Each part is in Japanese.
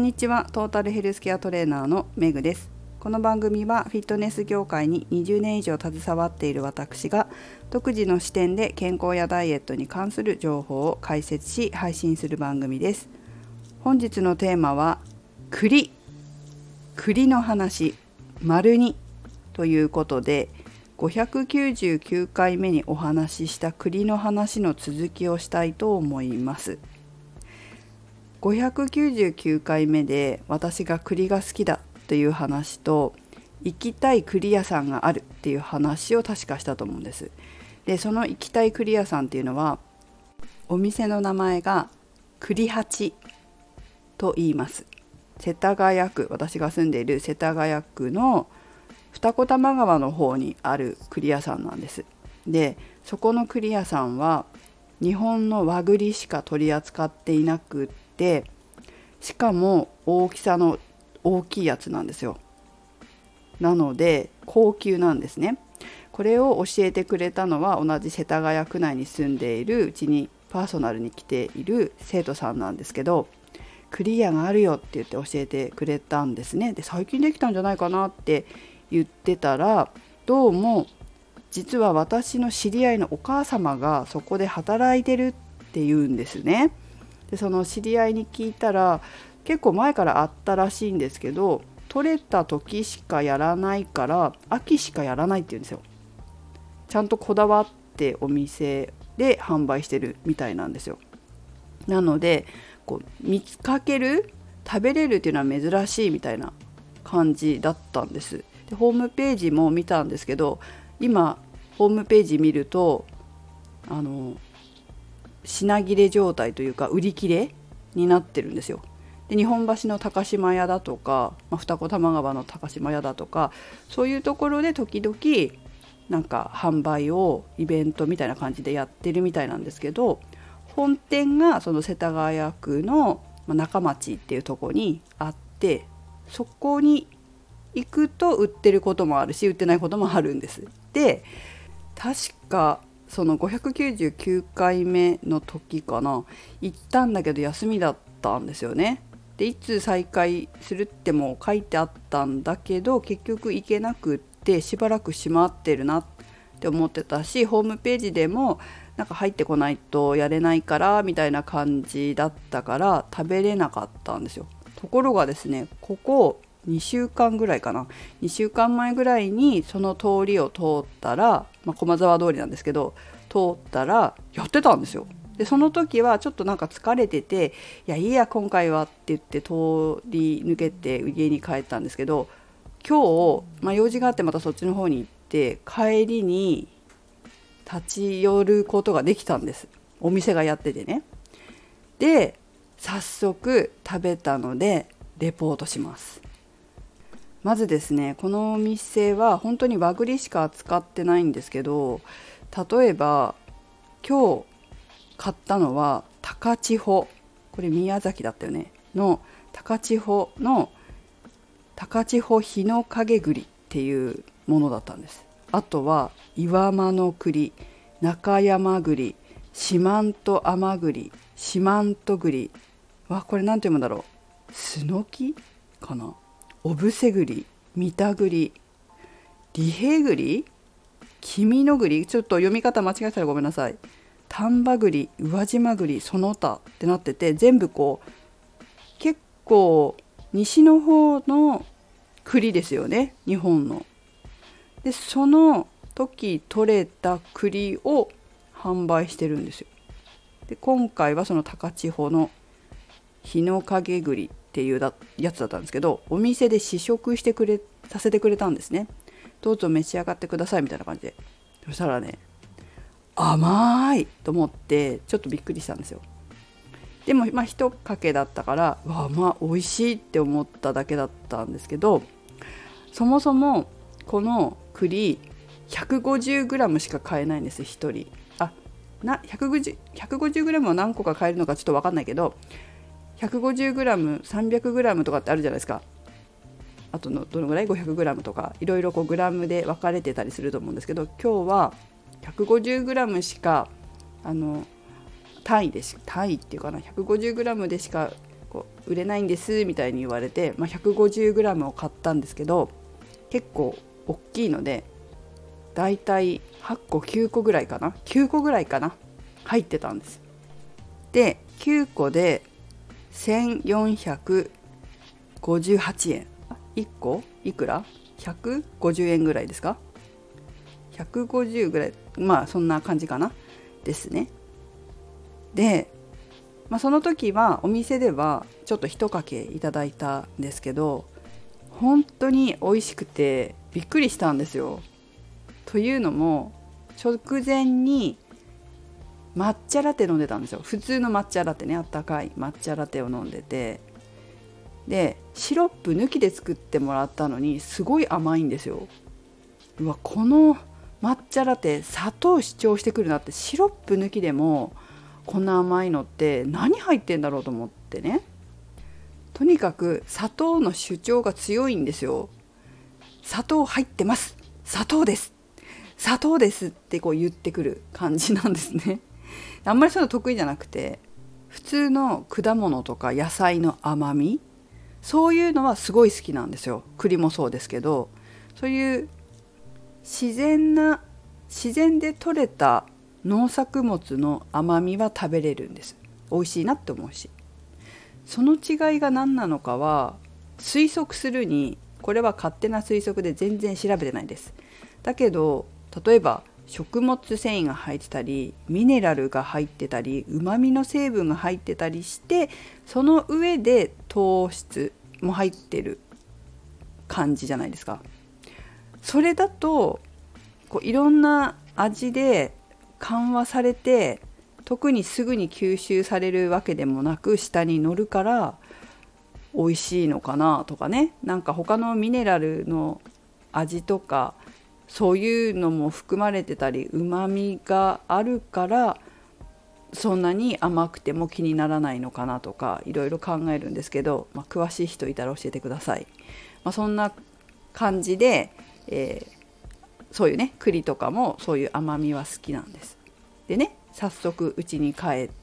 んにちは。トータルヘルスケアトレーナーのメグです。この番組はフィットネス業界に20年以上携わっている私が独自の視点で健康やダイエットに関する情報を解説し配信する番組です。本日のテーマは栗の話丸2ということで、599回目にお話しした栗の話の続きをしたいと思います。599回目で私が栗が好きだという話と、行きたい栗屋さんがあるっていう話を確かしたと思うんです。で、その行きたい栗屋さんっていうのは、お店の名前が栗八と言います。世田谷区、私が住んでいる世田谷区の二子玉川の方にある栗屋さんなんです。で、そこの栗屋さんは日本の和栗しか取り扱っていなくって、しかも大きさの大きいやつなんですよ。なので高級なんですね。これを教えてくれたのは、同じ世田谷区内に住んでいるうちにパーソナルに来ている生徒さんなんですけど、栗屋があるよって言って教えてくれたんですね。で、最近できたんじゃないかなって言ってたら、どうも実は私の知り合いのお母様がそこで働いてるって言うんですね。で、その知り合いに聞いたら、結構前からあったらしいんですけど、取れた時しかやらないから秋しかやらないって言うんですよ。ちゃんとこだわってお店で販売してるみたいなんですよ。なので見つかける、食べれるっていうのは珍しいみたいな感じだったんです。で、ホームページも見たんですけど、今ホームページ見ると品切れ状態というか売り切れになってるんですよ。で、日本橋の高島屋だとか、二子玉川の高島屋だとか、そういうところで時々なんか販売をイベントみたいな感じでやってるみたいなんですけど、本店がその世田谷区の中町っていうところにあって、そこに行くと売ってることもあるし、売ってないこともあるんです。で、確かその599回目の時かな、行ったんだけど休みだったんですよね。で、いつ再開するっても書いてあったんだけど、結局行けなくって、しばらく閉まってるなって思ってたし、ホームページでもなんか入ってこないとやれないからみたいな感じだったから食べれなかったんですよ。ところがですね、ここ2週間ぐらいかな、2週間前ぐらいにその通りを通ったら、駒沢通りなんですけど、通ったらやってたんですよ。で、その時はちょっとなんか疲れてて、いいや今回はって言って通り抜けて家に帰ったんですけど、今日、用事があってまたそっちの方に行って、帰りに立ち寄ることができたんです。お店がやっててね。で、早速食べたのでレポートします。まずですね、このお店は本当に和栗しか扱ってないんですけど、例えば今日買ったのは高千穂、これ宮崎だったよねの高千穂の高千穂日の影栗っていうものだったんです。あとは岩間の栗、中山栗、四万十甘栗、四万十栗、これなんて読むんだろう、スノキかな、おぶせ栗、三田栗、利平栗、君の栗、ちょっと読み方間違えたらごめんなさい、丹波栗、宇和島栗、その他ってなってて、全部結構西の方の栗ですよね、日本の。で、その時取れた栗を販売してるんですよ。で、今回はその高千穂の日の影栗っていうやつだったんですけど、お店で試食させてくれたんですね。どうぞ召し上がってくださいみたいな感じで。そしたらね、甘いと思ってちょっとびっくりしたんですよ。でも一かけだったから、美味しいって思っただけだったんですけど、そもそもこの栗 150g しか買えないんです、1人。150g を何個か買えるのかちょっと分かんないけど、150g、300g とかってあるじゃないですか。あとのどのぐらい 500g とかいろいろグラムで分かれてたりすると思うんですけど、今日は 150g しか単位っていうかな、150g でしかこう売れないんですみたいに言われて、150g を買ったんですけど、結構大きいのでだいたい8個9個ぐらいかな入ってたんです。で9個で1458円、1個いくら150円ぐらいですか、150ぐらい、そんな感じかなですね。で、その時はお店ではちょっと一かけいただいたんですけど、本当に美味しくてびっくりしたんですよ。というのも直前に抹茶ラテ飲んでたんですよ。普通の抹茶ラテね、あったかい抹茶ラテを飲んでて、でシロップ抜きで作ってもらったのにすごい甘いんですよ。うわ、この抹茶ラテ砂糖主張してくるなって、シロップ抜きでもこんな甘いのって何入ってんだろうと思ってね。とにかく砂糖の主張が強いんですよ。砂糖入ってます、砂糖ですってこう言ってくる感じなんですね。あんまりそういうの得意じゃなくて、普通の果物とか野菜の甘み、そういうのはすごい好きなんですよ。栗もそうですけど、そういう自然で採れた農作物の甘みは食べれるんです。美味しいなって思うし、その違いが何なのかは推測するに、これは勝手な推測で全然調べてないです。だけど例えば食物繊維が入ってたり、ミネラルが入ってたり、うまみの成分が入ってたりして、その上で糖質も入ってる感じじゃないですか。それだとこういろんな味で緩和されて、特にすぐに吸収されるわけでもなく下に乗るから美味しいのかなとかね。なんか他のミネラルの味とかそういうのも含まれてたり、うまみがあるからそんなに甘くても気にならないのかなとか、いろいろ考えるんですけど、詳しい人いたら教えてください。そんな感じで、そういうね栗とかもそういう甘みは好きなんです。でね、早速家に帰って、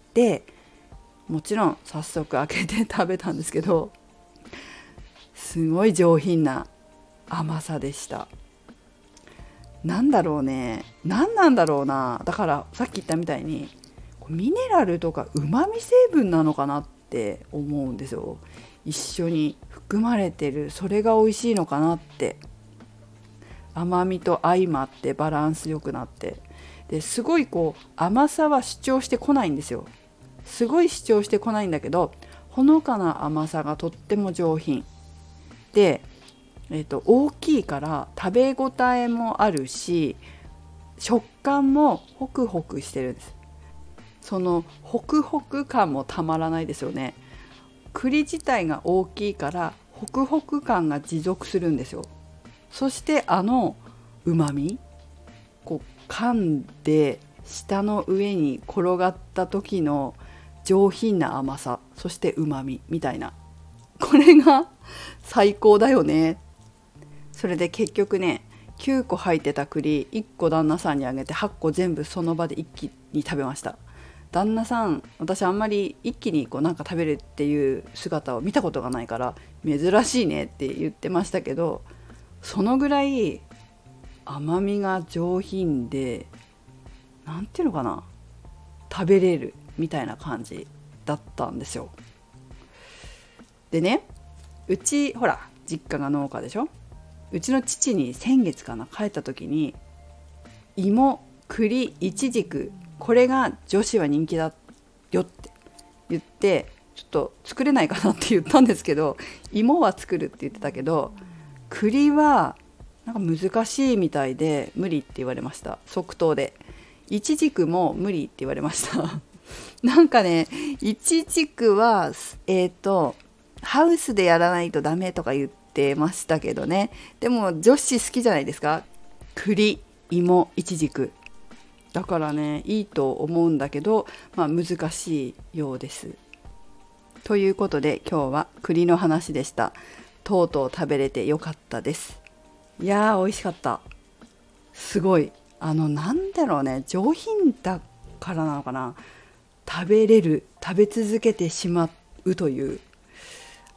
もちろん早速開けて食べたんですけど、すごい上品な甘さでした。なんだろうね、何なんだろうな。だからさっき言ったみたいにミネラルとかうまみ成分なのかなって思うんですよ。一緒に含まれてる、それが美味しいのかなって。甘みと相まってバランスよくなって、ですごいこう甘さは主張してこないんですよ。すごい主張してこないんだけど、ほのかな甘さがとっても上品で、大きいから食べ応えもあるし、食感もホクホクしてるんです。そのホクホク感もたまらないですよね。栗自体が大きいからホクホク感が持続するんですよ。そしてうまみ、こう噛んで舌の上に転がった時の上品な甘さ、そしてうまみみたいな、これが最高だよね。それで結局ね、9個入ってた栗1個旦那さんにあげて、8個全部その場で一気に食べました。旦那さん、私あんまり一気にこうなんか食べるっていう姿を見たことがないから珍しいねって言ってましたけど、そのぐらい甘みが上品で、なんていうのかな、食べれるみたいな感じだったんですよ。でね、うちほら実家が農家でしょ。うちの父に先月かな、帰った時に芋、栗、いちじく、これが女子は人気だよって言って、ちょっと作れないかなって言ったんですけど、芋は作るって言ってたけど栗はなんか難しいみたいで無理って言われました。即答で。いちじくも無理って言われましたなんかね、いちじくはハウスでやらないとダメとか言ってましたけどね。でも女子好きじゃないですか、栗、芋、いちじくだからね、いいと思うんだけど、難しいようです。ということで今日は栗の話でした。とうとう食べれてよかったです。いやー美味しかった。すごいなんだろうね、上品だからなのかな、食べれる、食べ続けてしまうという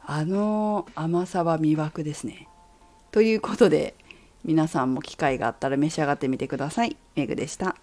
あの甘さは魅惑ですね。ということで皆さんも機会があったら召し上がってみてください。めぐでした。